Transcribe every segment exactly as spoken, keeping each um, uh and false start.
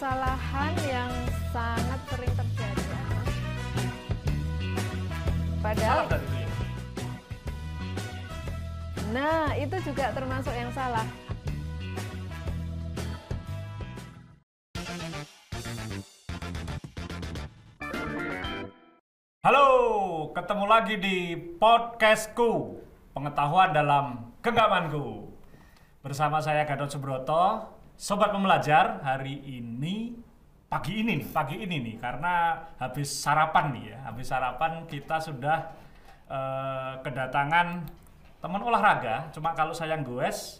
kesalahan yang sangat sering terjadi. Padahal, Salah tadi itu ya? nah itu juga termasuk yang salah. Halo, ketemu lagi di podcastku, pengetahuan dalam genggamanku. Bersama saya Gatot Subroto, Sobat Pembelajar. Hari ini, pagi ini nih, pagi ini nih, karena habis sarapan nih ya, habis sarapan kita sudah uh, kedatangan teman olahraga. Cuma kalau saya goes,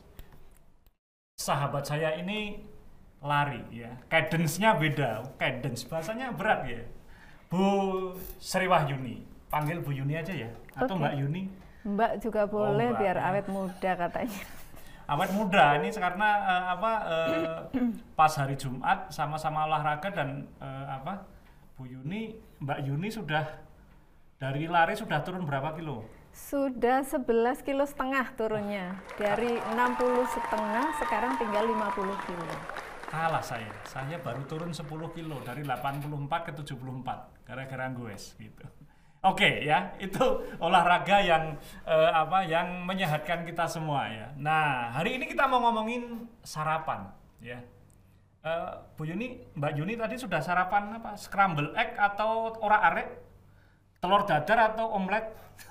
sahabat saya ini lari ya, cadence-nya beda, cadence bahasanya berat ya. Bu Sri Wahyuni, panggil Bu Yuni aja ya, atau Oke. Mbak Yuni? Mbak juga boleh, Oh, Mbak, biar ya. awet muda katanya. Awet muda ini karena uh, apa uh, pas hari Jumat sama-sama olahraga dan uh, apa Bu Yuni, Mbak Yuni sudah dari lari sudah turun berapa kilo? Sudah sebelas kilo setengah turunnya, dari enam puluh setengah sekarang tinggal lima puluh kilo. Kalah saya, saya baru turun sepuluh kilo dari delapan puluh empat ke tujuh puluh empat gara-gara goes gitu. Oke ya, itu olahraga yang eh, apa yang menyehatkan kita semua ya. Nah, hari ini kita mau ngomongin sarapan ya. Eh, Bu Yuni, Mbak Yuni tadi sudah sarapan apa? Scramble egg atau orak-arik? Telur dadar atau omelet?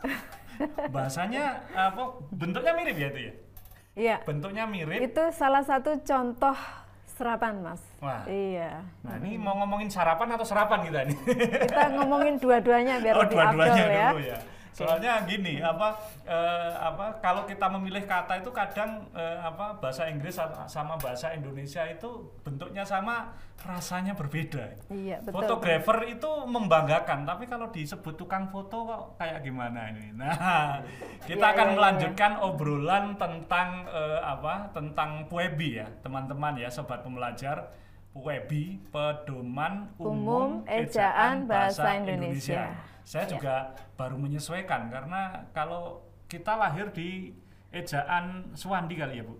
Bahasanya apa? Bentuknya mirip ya itu ya? Iya, Bentuknya mirip. itu salah satu contoh sarapan, Mas. Wah. Iya. Nah, ini mau ngomongin sarapan atau serapan kita nih? Kita ngomongin dua-duanya biar Oh, lebih dua-duanya afdol ya. dulu ya. Soalnya gini, apa eh, apa kalau kita memilih kata itu kadang eh, apa bahasa Inggris sama bahasa Indonesia itu bentuknya sama, rasanya berbeda. Iya, betul. Fotografer itu membanggakan, tapi kalau disebut tukang foto kok kayak gimana ini? Nah, kita Iya, akan iya, melanjutkan obrolan tentang eh, apa? Tentang P W B ya, teman-teman ya, sobat pembelajar. P W B, Pedoman Umum Umum Ejaan Bahasa Indonesia. Saya Ya. juga baru menyesuaikan karena kalau kita lahir di ejaan Suwandi kali ya Bu?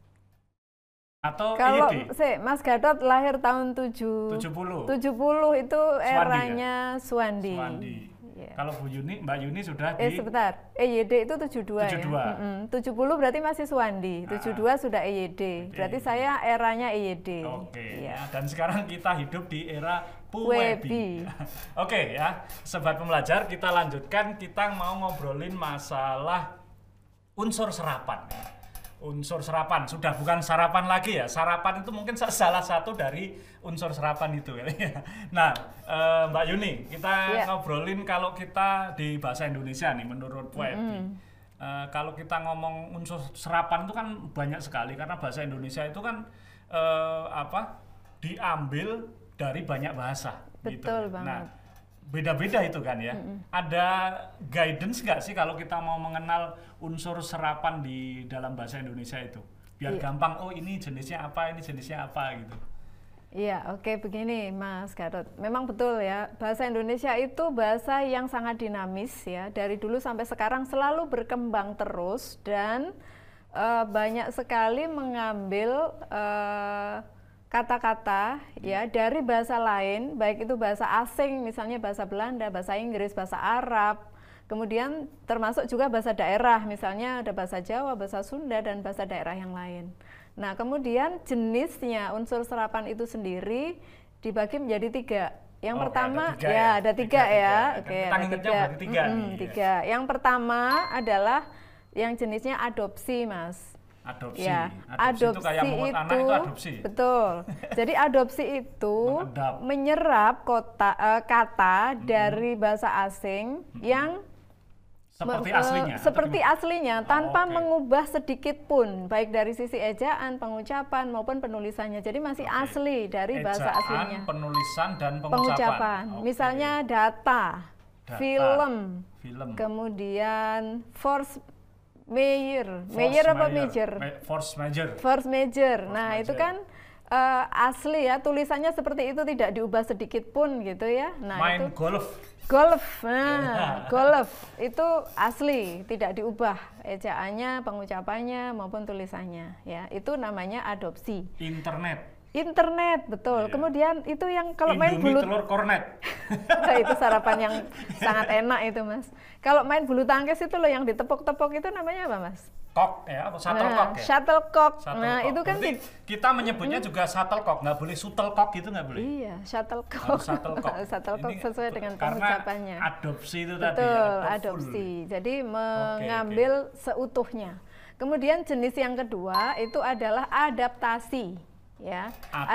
Atau Kalau I Y D? si, Mas Gatot lahir tahun tujuh tujuh puluh. tujuh puluh itu Suwandi, eranya Suwandi. Suwandi. Iya. Kalau Bu Yuni, Mbak Yuni sudah Eh di sebentar, E Y D itu tujuh puluh dua tujuh puluh dua. ya? Mm-mm. tujuh puluh berarti masih Suwandi, tujuh puluh dua sudah E Y D. Berarti E Y D. saya eranya E Y D. Oke, Iya. ya. Dan sekarang kita hidup di era P W P W B. B. Oke ya, sobat pembelajar, kita lanjutkan. Kita mau ngobrolin masalah unsur serapan. Unsur serapan sudah bukan sarapan lagi ya. Sarapan itu mungkin salah satu dari unsur serapan itu ya. Nah, eh, Mbak Yuni, kita Iya. ngobrolin kalau kita di bahasa Indonesia nih menurut P W B. Mm-hmm. Eh, kalau kita ngomong unsur serapan itu kan banyak sekali karena bahasa Indonesia itu kan eh, apa diambil dari banyak bahasa. Betul gitu. banget. Nah, beda-beda itu kan ya. Mm-hmm. Ada guidance nggak sih kalau kita mau mengenal unsur serapan di dalam bahasa Indonesia itu? Biar Iya. gampang, oh ini jenisnya apa, ini jenisnya apa gitu. Iya, oke begini Mas Gatot. Memang betul ya, bahasa Indonesia itu bahasa yang sangat dinamis ya. Dari dulu sampai sekarang selalu berkembang terus dan eh, banyak sekali mengambil eh, kata-kata ya dari bahasa lain, baik itu bahasa asing, misalnya bahasa Belanda, bahasa Inggris, bahasa Arab, kemudian termasuk juga bahasa daerah, misalnya ada bahasa Jawa, bahasa Sunda, dan bahasa daerah yang lain. Nah, kemudian jenisnya unsur serapan itu sendiri dibagi menjadi tiga. Yang Oke, pertama, ada tiga ya, ya? ada tiga, Tiga, ya, tiga. oke, Kita ada ingatnya tiga. berarti tiga Mm-mm, nih, ya. tiga. Yang pertama adalah yang jenisnya adopsi, Mas. Adopsi. Ya, Adopsi, itu kayak mengut anak itu adopsi. Betul. Jadi adopsi itu Mengadap. menyerap kota, eh, kata dari bahasa asing yang Seperti me- eh, aslinya. atau seperti gimana? aslinya Oh, tanpa oke. mengubah sedikit pun, baik dari sisi ejaan, pengucapan maupun penulisannya. Jadi masih Oke. asli dari bahasa Ejaan, aslinya. penulisan dan pengucapan. Pengucapan. Oke. Misalnya data, Data, film, film. kemudian force major, Force major apa major? Ma- force major. Force major. Force Nah, major. itu kan eh, asli ya, tulisannya seperti itu, tidak diubah sedikit pun gitu ya. Nah, Main itu golf. golf. Nah, golf itu asli, tidak diubah ejaannya, pengucapannya maupun tulisannya ya. Itu namanya adopsi. Internet. Internet, betul. Iya. Kemudian itu yang kalau main Indomie bulu telur kornet. itu sarapan yang sangat enak itu, Mas. Kalau main bulu tangkis itu loh yang ditepok-tepok itu namanya apa, Mas? Kok ya, apa shuttlecock Nah, ya? shuttlecock. Nah, Shuttlecock. itu kan Berarti di- kita menyebutnya juga shuttlecock, nggak boleh shuttlecock gitu nggak boleh. Iya, shuttlecock. Harus shuttlecock. Shuttlecock Ini sesuai dengan karena pengucapannya. adopsi itu tadi. Betul, adopful. adopsi. Jadi mengambil seutuhnya. Kemudian jenis yang kedua itu adalah adaptasi, ya.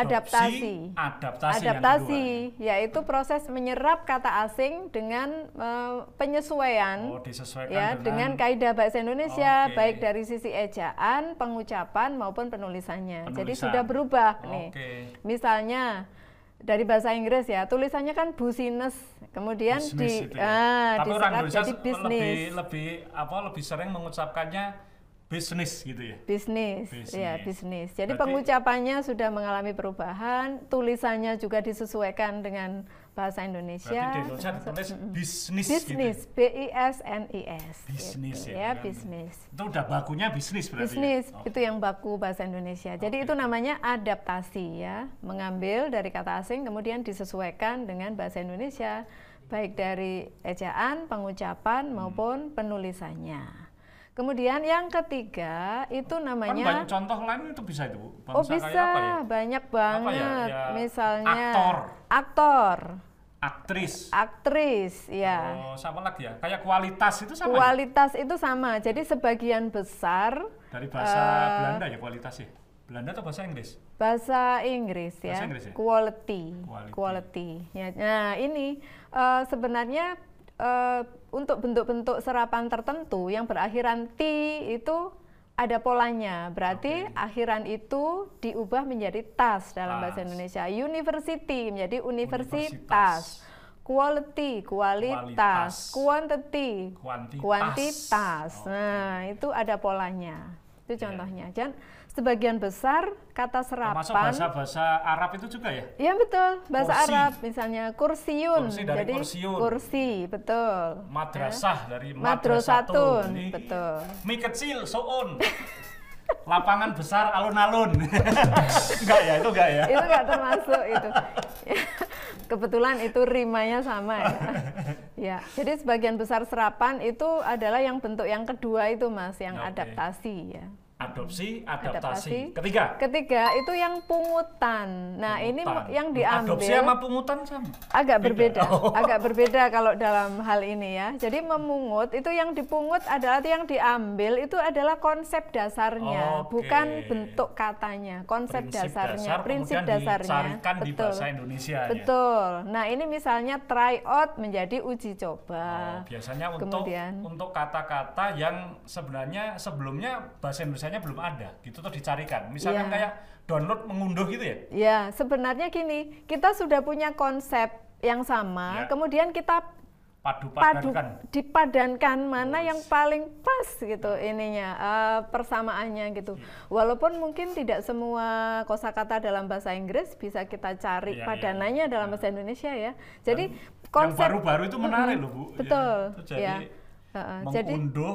Adopsi, adaptasi yang Adaptasi, yaitu proses menyerap kata asing dengan eh, penyesuaian, Oh, disesuaikan ya, dengan, dengan kaidah bahasa Indonesia, Oke. baik dari sisi ejaan, pengucapan maupun penulisannya. Jadi Penulisan. sudah berubah Oke. nih. Misalnya dari bahasa Inggris ya, tulisannya kan business, kemudian bisnis di itu ya. ah, Tapi orang disekat Indonesia jadi lebih bisnis. lebih apa lebih sering mengucapkannya bisnis gitu ya. Bisnis, Bisnis. ya bisnis. Jadi Berarti- pengucapannya sudah mengalami perubahan, tulisannya juga disesuaikan dengan bahasa Berarti Indonesia. di Indonesia ditulis bisnis, Bisnis, gitu. B I S N I S. Bisnis gitu, ya, ya, kan? bisnis. Itu udah bakunya bisnis berarti. Bisnis ya? Oh. itu yang baku bahasa Indonesia. Jadi Oke. itu namanya adaptasi ya, mengambil dari kata asing kemudian disesuaikan dengan bahasa Indonesia, baik dari ejaan, pengucapan Hmm. maupun penulisannya. Kemudian yang ketiga itu Kan namanya banyak contoh lain itu bisa itu, Bu. Bangsa oh kayak bisa, apa ya? banyak Apa banget. ya? Ya, Misalnya aktor. aktor, Aktris. aktris, ya. Oh, sama lagi ya. Kayak kualitas itu sama. ya? Kualitas itu sama. Jadi sebagian besar Dari bahasa eh, Belanda ya kualitas ya. Belanda atau bahasa Inggris? bahasa Inggris ya, Bahasa Inggris ya? quality, Quality. quality. Ya, nah ini eh, sebenarnya eh, untuk bentuk-bentuk serapan tertentu yang berakhiran T itu ada polanya. Berarti Oke. akhiran itu diubah menjadi tas dalam bahasa Tas. Indonesia. University menjadi universitas. Universitas. Quality, kualitas. Kualitas. Quantity, Kuantitas. kuantitas. Oke. Nah, itu ada polanya. Itu contohnya. Dan sebagian besar kata Termasuk serapan bahasa-bahasa Arab itu juga ya? ya betul, bahasa Kursi. Arab misalnya kursiun. Kursi dari Jadi kursiun. kursi, betul. Madrasah dari Madrasatun, madrasatun. Ini betul. Mie kecil, soon. Lapangan besar, alun-alun. Enggak ya, itu enggak ya? Itu nggak termasuk itu. Kebetulan itu rimanya sama ya. Ya, jadi sebagian besar serapan itu adalah yang bentuk yang kedua itu Mas, yang Oke. adaptasi ya. Adopsi, adaptasi. Adaptasi. Ketiga. Ketiga itu yang pungutan. Nah, ini pungutan. yang diambil Adopsi sama pungutan sama? agak Beda. berbeda, Oh. agak berbeda kalau dalam hal ini ya. Jadi memungut itu yang dipungut adalah yang diambil itu adalah konsep dasarnya, Oke. bukan bentuk katanya, konsep Prinsip dasarnya, dasar, prinsip kemudian dasarnya. dicarikan di bahasa Indonesia ya? Betul. Nah, ini misalnya try out menjadi uji coba. Oh, biasanya untuk Kemudian untuk kata-kata yang sebenarnya sebelumnya bahasa Indonesianya belum ada, gitu tuh dicarikan. Misalkan Iya. kayak download mengunduh gitu ya. ya, sebenarnya gini, kita sudah punya konsep yang sama, Ya. kemudian kita padu Padu-padankan. dipadankan mana Oh, yang paling pas gitu ininya eh, persamaannya gitu. Walaupun mungkin tidak semua kosakata dalam bahasa Inggris bisa kita cari Iya, iya, padanannya iya. dalam bahasa Indonesia ya. Jadi Yang konsep baru-baru itu menarik loh, Bu. betul, Ya, itu jadi ya. Heeh, jadi mengunduh,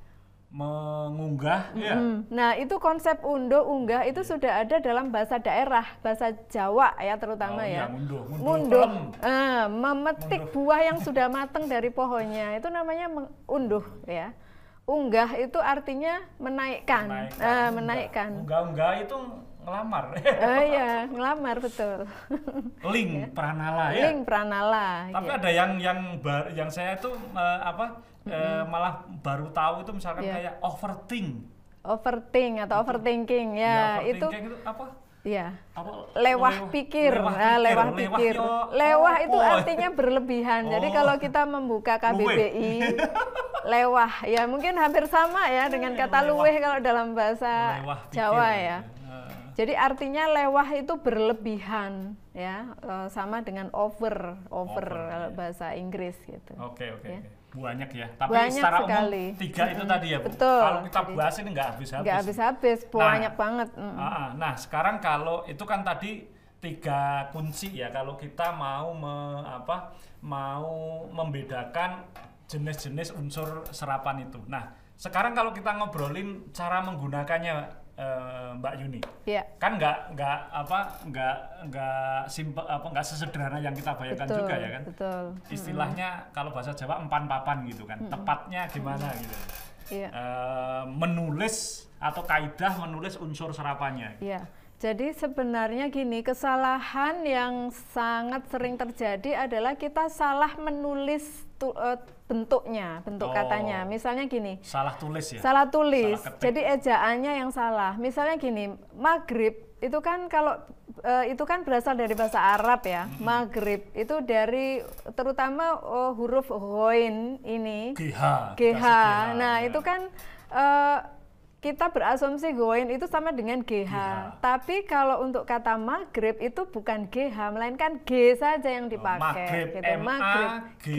mengunggah, ya. Hmm, nah itu konsep unduh unggah itu sudah ada dalam bahasa daerah, bahasa Jawa ya terutama Oh, ya. iya, ngunduh, ngunduh Ngunduh, pelem. eh, memetik Ngunduh. buah yang sudah matang dari pohonnya itu namanya mengunduh ya. Unggah itu artinya menaikkan, Menaikkan. eh, Unggah. menaikkan. Unggah-unggah itu ngelamar. Oh iya, ngelamar betul. Link pranala ya. Link pranala. Tapi ya. ada yang yang bar, yang saya itu eh, apa eh, malah baru tahu itu misalkan Iya. kayak overthink. Overthink atau overthinking ya, Ya, itu overthinking itu apa? ya. Apa? Lewah pikir, lewah nah, lewah Lewah pikir. yo, Lewah apa? itu artinya berlebihan. Jadi Oh. kalau kita membuka K B B I, lewah ya mungkin hampir sama ya dengan kata Lewah. luweh kalau dalam bahasa Lewah pikir. Jawa ya. Eh, Jadi artinya lewah itu berlebihan ya, eh, sama dengan over, over, Over, kalau iya. bahasa Inggris gitu. Oke oke Ya. oke. Banyak ya. Tapi Banyak secara sekali. umum tiga itu Mm-mm. tadi ya, Bu. Betul. Kalau kita Jadi, bahas ini nggak habis-habis. Nggak habis-habis, banyak banget. Mm. Ah, ah. Nah, sekarang kalau itu kan tadi tiga kunci ya kalau kita mau me, apa mau membedakan jenis-jenis unsur serapan itu. Nah, sekarang kalau kita ngobrolin cara menggunakannya uh, Mbak Yuni. Yeah. Kan nggak nggak apa nggak nggak simpel apa nggak sesederhana yang kita bayangkan betul, juga ya kan. Betul. Istilahnya mm-hmm. kalau bahasa Jawa empan papan gitu kan. Mm-hmm. Tepatnya gimana mm-hmm. gitu. Yeah. Uh, menulis atau kaidah menulis unsur serapannya. Iya. Jadi sebenarnya gini, kesalahan yang sangat sering terjadi adalah kita salah menulis tu, uh, bentuknya, bentuk oh, katanya. Misalnya gini. Salah tulis ya? Salah tulis. Salah jadi ejaannya yang salah. Misalnya gini, maghrib itu kan kalau uh, itu kan berasal dari bahasa Arab ya. Mm-hmm. Maghrib itu dari terutama uh, huruf ghoin ini. G H. G H. Nah, ya. Itu kan uh, kita berasumsi goin itu sama dengan G H. G H. Tapi kalau untuk kata maghrib itu bukan G H, melainkan G saja yang dipakai. Maghrib, gitu. M A G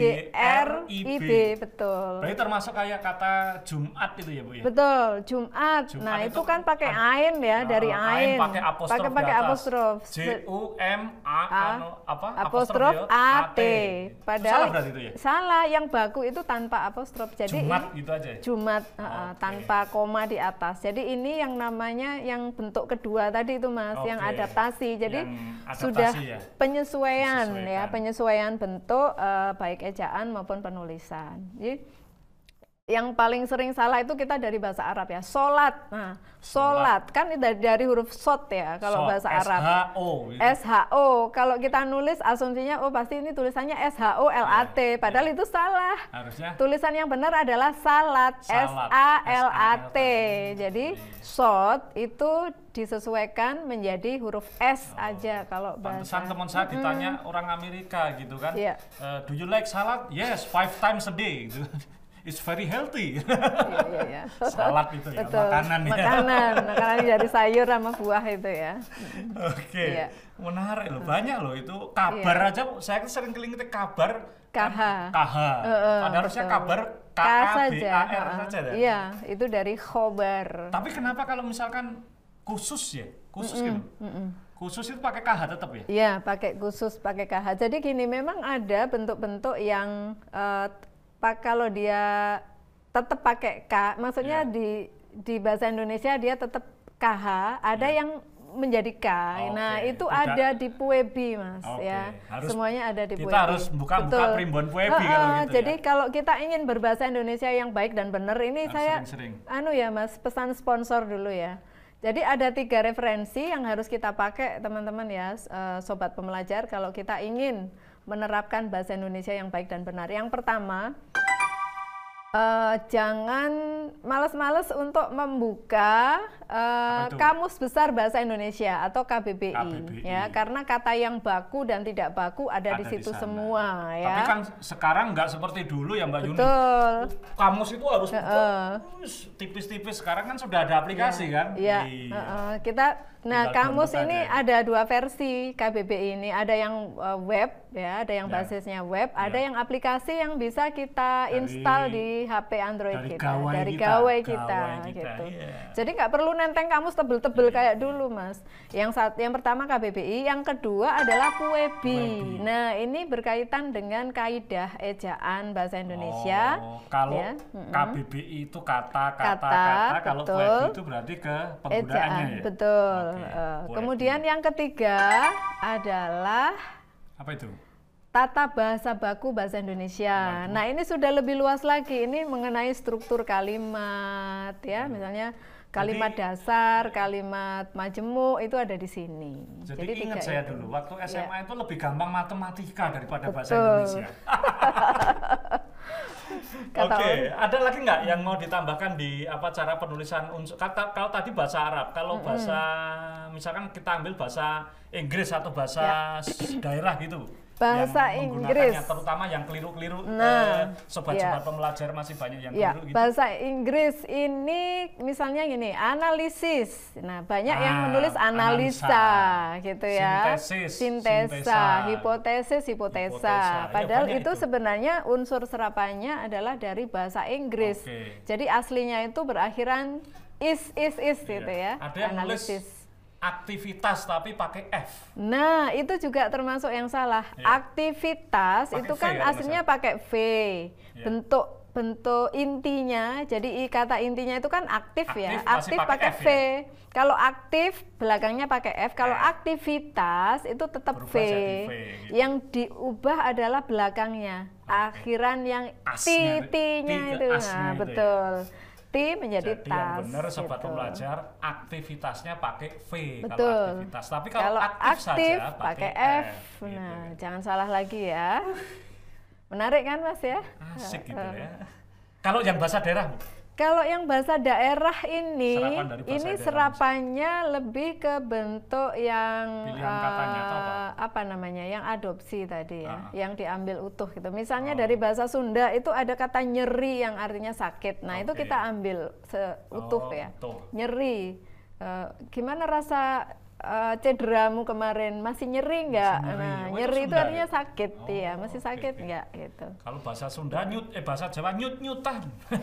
R I B. Betul. Berarti termasuk kayak kata Jumat itu ya Bu ya? Betul, Jumat. Jumat nah itu, itu kan pakai ain ya, nah, dari ain. Pakai apostrof. Pakai pakai apostrof. J U M A apa? Apostrof A T. Padahal salah itu ya? Salah, yang baku itu tanpa apostrof. Jadi Jumat gitu aja. Jumat uh, okay. tanpa koma di atas. Jadi ini yang namanya yang bentuk kedua tadi itu Mas, okay. yang adaptasi. Jadi yang adaptasi sudah ya? penyesuaian ya, penyesuaian bentuk uh, baik ejaan maupun penulisan. Jadi yang paling sering salah itu kita dari bahasa Arab ya, solat. Nah, solat kan dari, dari huruf sot ya kalau so, bahasa Arab. S H O. Gitu. S H O. Kalau kita nulis asumsinya oh pasti ini tulisannya S H O L A T, padahal yeah. itu salah. Harusnya tulisan yang benar adalah salat, S A L A T. Jadi sot itu disesuaikan menjadi huruf S oh. aja kalau bahasa. Pantesan teman saya ditanya hmm. orang Amerika gitu kan. Yeah. Uh, do you like salad? Yes, five times a day gitu. It's very healthy. Iya, iya, iya. Salad itu ya, betul. makanan ya. Makanan, makanan dari sayur sama buah itu ya. Oke, okay. iya. Menarik loh, banyak loh itu kabar iya. aja. Saya sering keliling kabar K H. K H. Uh, uh, Padahal harusnya kabar K A B A R uh, saja. Ya? Iya, itu dari khobar. Tapi kenapa kalau misalkan khusus ya, khusus mm -mm, gitu? Mm -mm. Khusus itu pakai K H tetap ya? Iya, pakai khusus, pakai K H. Jadi gini, memang ada bentuk-bentuk yang uh, Pak, kalau dia tetap pakai K, maksudnya yeah. di di bahasa Indonesia dia tetap K H, ada yeah. yang menjadi K. Okay. Nah, itu Tidak. ada di Puebi, Mas okay. ya. Harus, semuanya ada di kita Puebi. Kita harus buka-buka primbon Puebi uh, kalau gitu. Jadi ya. kalau kita ingin berbahasa Indonesia yang baik dan benar ini nah, saya sering-sering. anu ya, Mas, pesan sponsor dulu ya. Jadi ada tiga referensi yang harus kita pakai, teman-teman ya, uh, sobat pembelajar, kalau kita ingin menerapkan bahasa Indonesia yang baik dan benar. Yang pertama, Uh, jangan males-males untuk membuka uh, Kamus Besar Bahasa Indonesia atau K B B I, K B B I ya, karena kata yang baku dan tidak baku ada, ada di situ di semua ya. Tapi kan sekarang nggak seperti dulu ya Mbak Yuni. Betul. Kamus itu harus uh, tipis-tipis. Sekarang kan sudah ada aplikasi ya, kan. Iya. Uh, uh, kita Nah, kamus ini ada dua versi K B B I ini, ada yang uh, web ya, ada yang ya. basisnya web, ya. ada yang aplikasi yang bisa kita dari, install di H P Android dari kita, gawai dari kita, gawai kita, kita, gawai kita gitu. Yeah. Jadi nggak perlu nenteng kamus tebel-tebel yeah. kayak dulu, Mas. Yang saat yang pertama K B B I, yang kedua adalah Puebi. Nah, ini berkaitan dengan kaidah ejaan bahasa Indonesia. Oh, kalau ya. K B B I itu kata-kata, kata, kalau Puebi itu berarti ke penggunaannya ya. Betul. Okay. Uh, kemudian yang ketiga adalah apa itu? Tata bahasa baku bahasa Indonesia. Nah, ini sudah lebih luas lagi. Ini mengenai struktur kalimat ya, misalnya kalimat jadi, dasar, kalimat majemuk itu ada di sini. Jadi, jadi ingat saya itu. dulu waktu S M A ya. itu lebih gampang matematika daripada Betul. bahasa Indonesia. Oke, okay. ada lagi nggak yang mau ditambahkan di apa cara penulisan unsur? Kata kalau tadi bahasa Arab, kalau mm-hmm. bahasa misalkan kita ambil bahasa Inggris atau bahasa ya. daerah gitu. Bahasa Inggris, terutama yang keliru-keliru. Nah, eh, sobat-sobat ya. pembelajar masih banyak yang ya. keliru. Gitu. Bahasa Inggris ini misalnya gini, analisis. Nah, banyak ah, yang menulis analisa, analisa, gitu ya. Sintesis, sintesa, sintesa. hipotesis, hipotesa. hipotesa. Padahal ya, itu, itu sebenarnya unsur serapannya adalah dari bahasa Inggris. Okay. Jadi aslinya itu berakhiran is, is, is, ya. gitu ya. Ada yang analisis. Nulis aktivitas tapi pakai F. Nah, itu juga termasuk yang salah. Ya. Aktivitas pake itu kan v, aslinya pakai V. Ya. Bentuk bentuk intinya, jadi i kata intinya itu kan aktif, Aktif ya, masih aktif pakai pakai F V. ya? Kalau aktif belakangnya pakai F, kalau F. aktivitas itu tetap V. Berubah jadi V, gitu. Yang diubah adalah belakangnya, akhiran yang Asnya, T-nya T ke itu, asnya nah, itu ya. betul. T menjadi Jadi tas. yang benar sobat gitu. pembelajar, aktivitasnya pakai V kalau Betul. aktivitas. Tapi kalau, Kalau aktif, aktif saja pakai F. F. gitu. Nah, jangan salah lagi ya. Menarik kan, Mas ya? Asik gitu ya. Kalau yang bahasa daerah, Bu? Kalau yang bahasa daerah ini, Serapan dari bahasa ini daerah, serapannya lebih ke bentuk yang Pilihan katanya atau apa? eh, apa namanya, yang adopsi tadi ya, Ah. yang diambil utuh gitu. Misalnya Oh. dari bahasa Sunda itu ada kata nyeri yang artinya sakit. Nah itu Oke. kita ambil seutuh Oh, ya, utuh. nyeri. Eh, gimana rasa eh, cederamu kemarin, masih nyeri nggak? Masih nyeri. Nah Oh, itu nyeri itu Sunda artinya ya? sakit, Oh, ya masih oke, sakit oke. nggak gitu. Kalau bahasa Sunda nyut, eh bahasa Jawa nyut nyutan.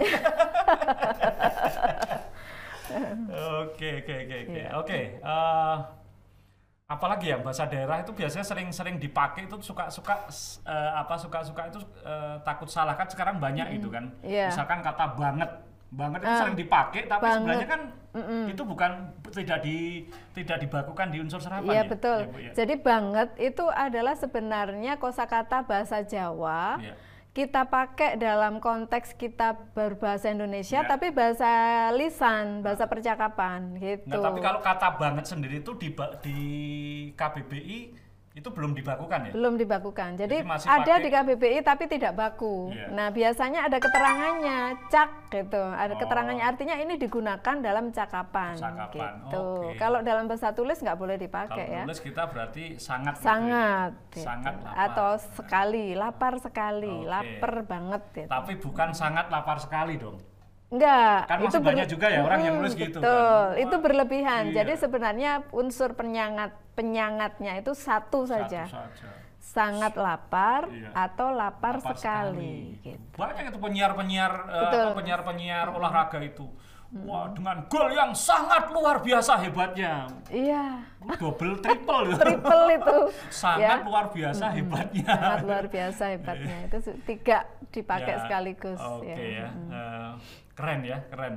Oke oke oke oke Iya. oke. eh, Apalagi ya bahasa daerah itu biasanya sering-sering dipakai itu suka-suka eh, apa suka-suka itu eh, takut salah kan sekarang banyak itu kan. Iya. Misalkan kata banget, banget itu Ah, sering dipakai tapi banget. sebenarnya kan itu bukan tidak di tidak dibakukan di unsur serapan Iya ya. betul. Ya, Bu, ya? Jadi banget itu adalah sebenarnya kosakata bahasa Jawa. Iya. Kita pakai dalam konteks kita berbahasa Indonesia, Iya. tapi bahasa lisan, bahasa percakapan gitu. Nah, tapi kalau kata banget sendiri itu di ba- di K B B I itu belum dibakukan ya? Belum dibakukan. Jadi, Jadi masih ada pakai- di K B B I tapi tidak baku. Iya. Nah, biasanya ada keterangannya, cak gitu. Ada Oh. keterangannya artinya ini digunakan dalam cakapan, Cakapan, gitu. oke. Kalau dalam bahasa tulis nggak boleh Kalau dipakai ya. nulis kita berarti sangat gitu ya? Sangat, gitu. Sangat lapar. atau sekali, lapar sekali, Oke. lapar banget gitu. Tapi bukan sangat lapar sekali dong. Enggak, Kan itu masih banyak juga ya orang yang nulis gitu betul, kan. itu berlebihan. Iya. Jadi sebenarnya unsur penyangat penyangatnya itu satu saja. Satu saja. Sangat lapar Iya. atau lapar, Lapar sekali, gitu. Banyak itu penyiar-penyiar eh, Betul. apa, penyiar-penyiar olahraga itu. Wah, dengan gol yang sangat luar biasa hebatnya. Iya, Double triple loh. triple itu. Sangat ya. luar biasa hebatnya. Sangat luar biasa hebatnya. Itu su- tiga dipakai Ya, sekaligus. Oke ya, ya. Eh, keren ya, keren.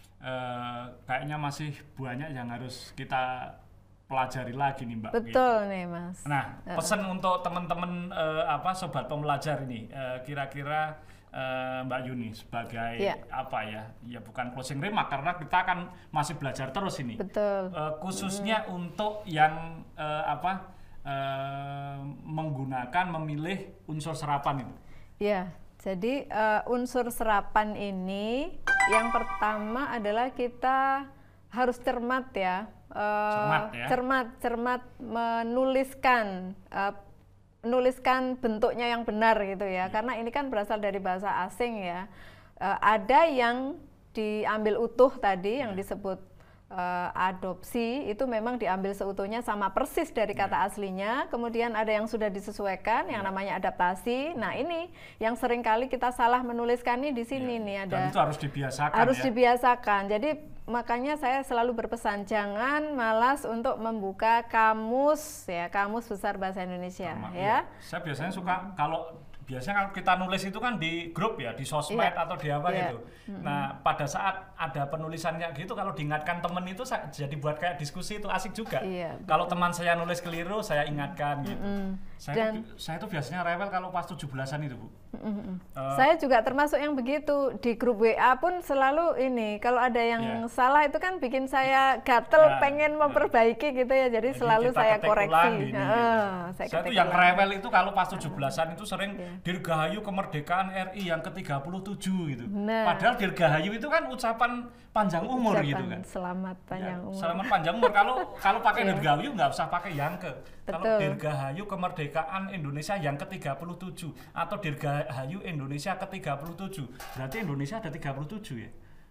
Eh, kayaknya masih banyak yang harus kita pelajari lagi nih Mbak. Betul nih Mas. Nah, pesan untuk teman-teman eh, apa sobat pembelajar ini, eh, kira-kira eh, Mbak Yuni sebagai Iya. apa ya? Ya bukan closing remark karena kita akan masih belajar terus ini. Betul. Eh, khususnya untuk yang eh, apa eh, menggunakan memilih unsur serapan itu. Ya, jadi eh, unsur serapan ini yang pertama adalah kita harus cermat ya. Eh, Cermat ya. cermat, cermat menuliskan eh, menuliskan bentuknya yang benar gitu ya. Karena ini kan berasal dari bahasa asing ya. Eh, ada yang diambil utuh tadi yang disebut eh, adopsi, itu memang diambil seutuhnya sama persis dari kata aslinya. Kemudian ada yang sudah disesuaikan yang namanya adaptasi. Nah, ini yang sering kali kita salah menuliskannya di sini Ya. nih ada. Dan itu harus dibiasakan Harus ya. dibiasakan. Jadi makanya saya selalu berpesan jangan malas untuk membuka kamus ya, kamus besar bahasa Indonesia Sama, ya. iya. Saya biasanya suka kalau biasanya kalau kita nulis itu kan di grup ya, di sosmed Iya. atau di apa Iya. gitu. Nah, pada saat ada penulisannya gitu, kalau diingatkan temen itu sa- jadi buat kayak diskusi itu asik juga. Iya, Kalau teman saya nulis keliru, saya ingatkan gitu. Saya, Dan- tuh, saya tuh biasanya rewel kalau pas tujuh belasan itu, Bu. Eh, Saya juga termasuk yang begitu, di grup W A pun selalu ini kalau ada yang Iya. salah itu kan bikin saya gatel Ya, pengen memperbaiki gitu ya, jadi, Jadi selalu kita saya ketik koreksi. ulang gini, Heeh, gitu. saya Saya ketik tuh yang ulang. rewel itu kalau pas tujuh belasan itu sering Iya. Dirgahayu kemerdekaan R I yang ke tiga puluh tujuh gitu. Nah. Padahal Dirgahayu itu kan ucapan panjang umur Ucapan gitu kan. Selamat panjang Ya, umur. Selamat panjang umur. Kalau kalau pakai Iya. Dirgahayu nggak usah pakai yang ke. Kalau Betul. Dirgahayu kemerdekaan Indonesia yang ke tiga puluh tujuh atau Dirgahayu Indonesia ke tiga puluh tujuh. Berarti Indonesia ada tiga puluh tujuh ya?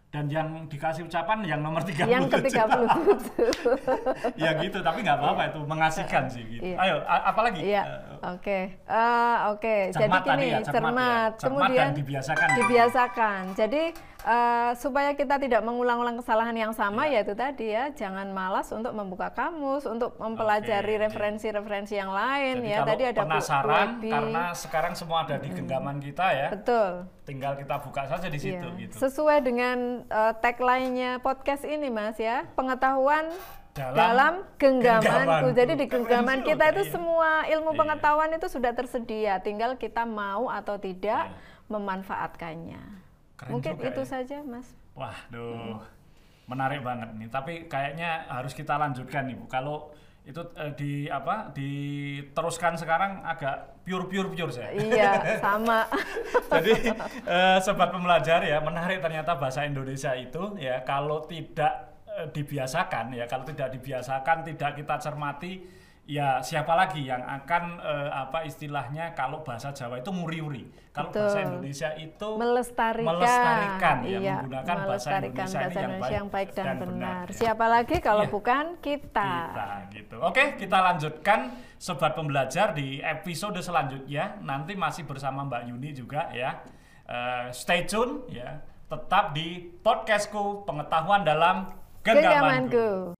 Dan yang dikasih ucapan yang nomor tiga puluh. Yang ke tiga puluh tujuh. Ya gitu, tapi nggak apa-apa itu mengasihkan sih gitu. Iya. Ayo, a- apalagi? Iya, Uh, oke. Eh, Oke, jadi cermat tadi gini, ya, cermat cermat, ya. Cermat kemudian dan dibiasakan. dibiasakan. Jadi eh, supaya kita tidak mengulang-ulang kesalahan yang sama, Iya. yaitu tadi ya, jangan malas untuk membuka kamus, untuk mempelajari Oke. referensi-referensi yang lain. Jadi Ya, kalau tadi ada Bu- penasaran Bu Ebi. karena sekarang semua ada di genggaman kita ya. Betul. Tinggal kita buka saja di situ Iya. gitu. Sesuai dengan uh, tagline-nya podcast ini, Mas ya, pengetahuan Dalam dalam genggamanku. genggamanku. Jadi di genggaman Referensi kita loh, itu iya. semua ilmu Iya. pengetahuan itu sudah tersedia, tinggal kita mau atau tidak Iya. memanfaatkannya. Keren Mungkin juga itu ya. saja, Mas. Wah, duh. Menarik banget nih. Tapi kayaknya harus kita lanjutkan nih, Bu. Kalau itu eh, di apa? Diteruskan sekarang agak pure pure pure saya. Iya, sama. Jadi eh, sobat pembelajar ya, menarik ternyata bahasa Indonesia itu ya kalau tidak eh, dibiasakan ya, kalau tidak dibiasakan, tidak kita cermati, ya siapa lagi yang akan eh, apa istilahnya kalau bahasa Jawa itu nguri-uri. Kalau Betul. bahasa Indonesia itu melestarikan, melestarikan ya, iya, menggunakan bahasa melestarikan Indonesia, bahasa ini Indonesia yang baik dan, benar. ya. Siapa lagi kalau Iya. bukan kita? Kita gitu. Oke, kita lanjutkan sobat pembelajar di episode selanjutnya. Nanti masih bersama Mbak Yuni juga ya. Eh, stay tune ya. Tetap di podcastku, pengetahuan dalam genggamanku. Genggamanku.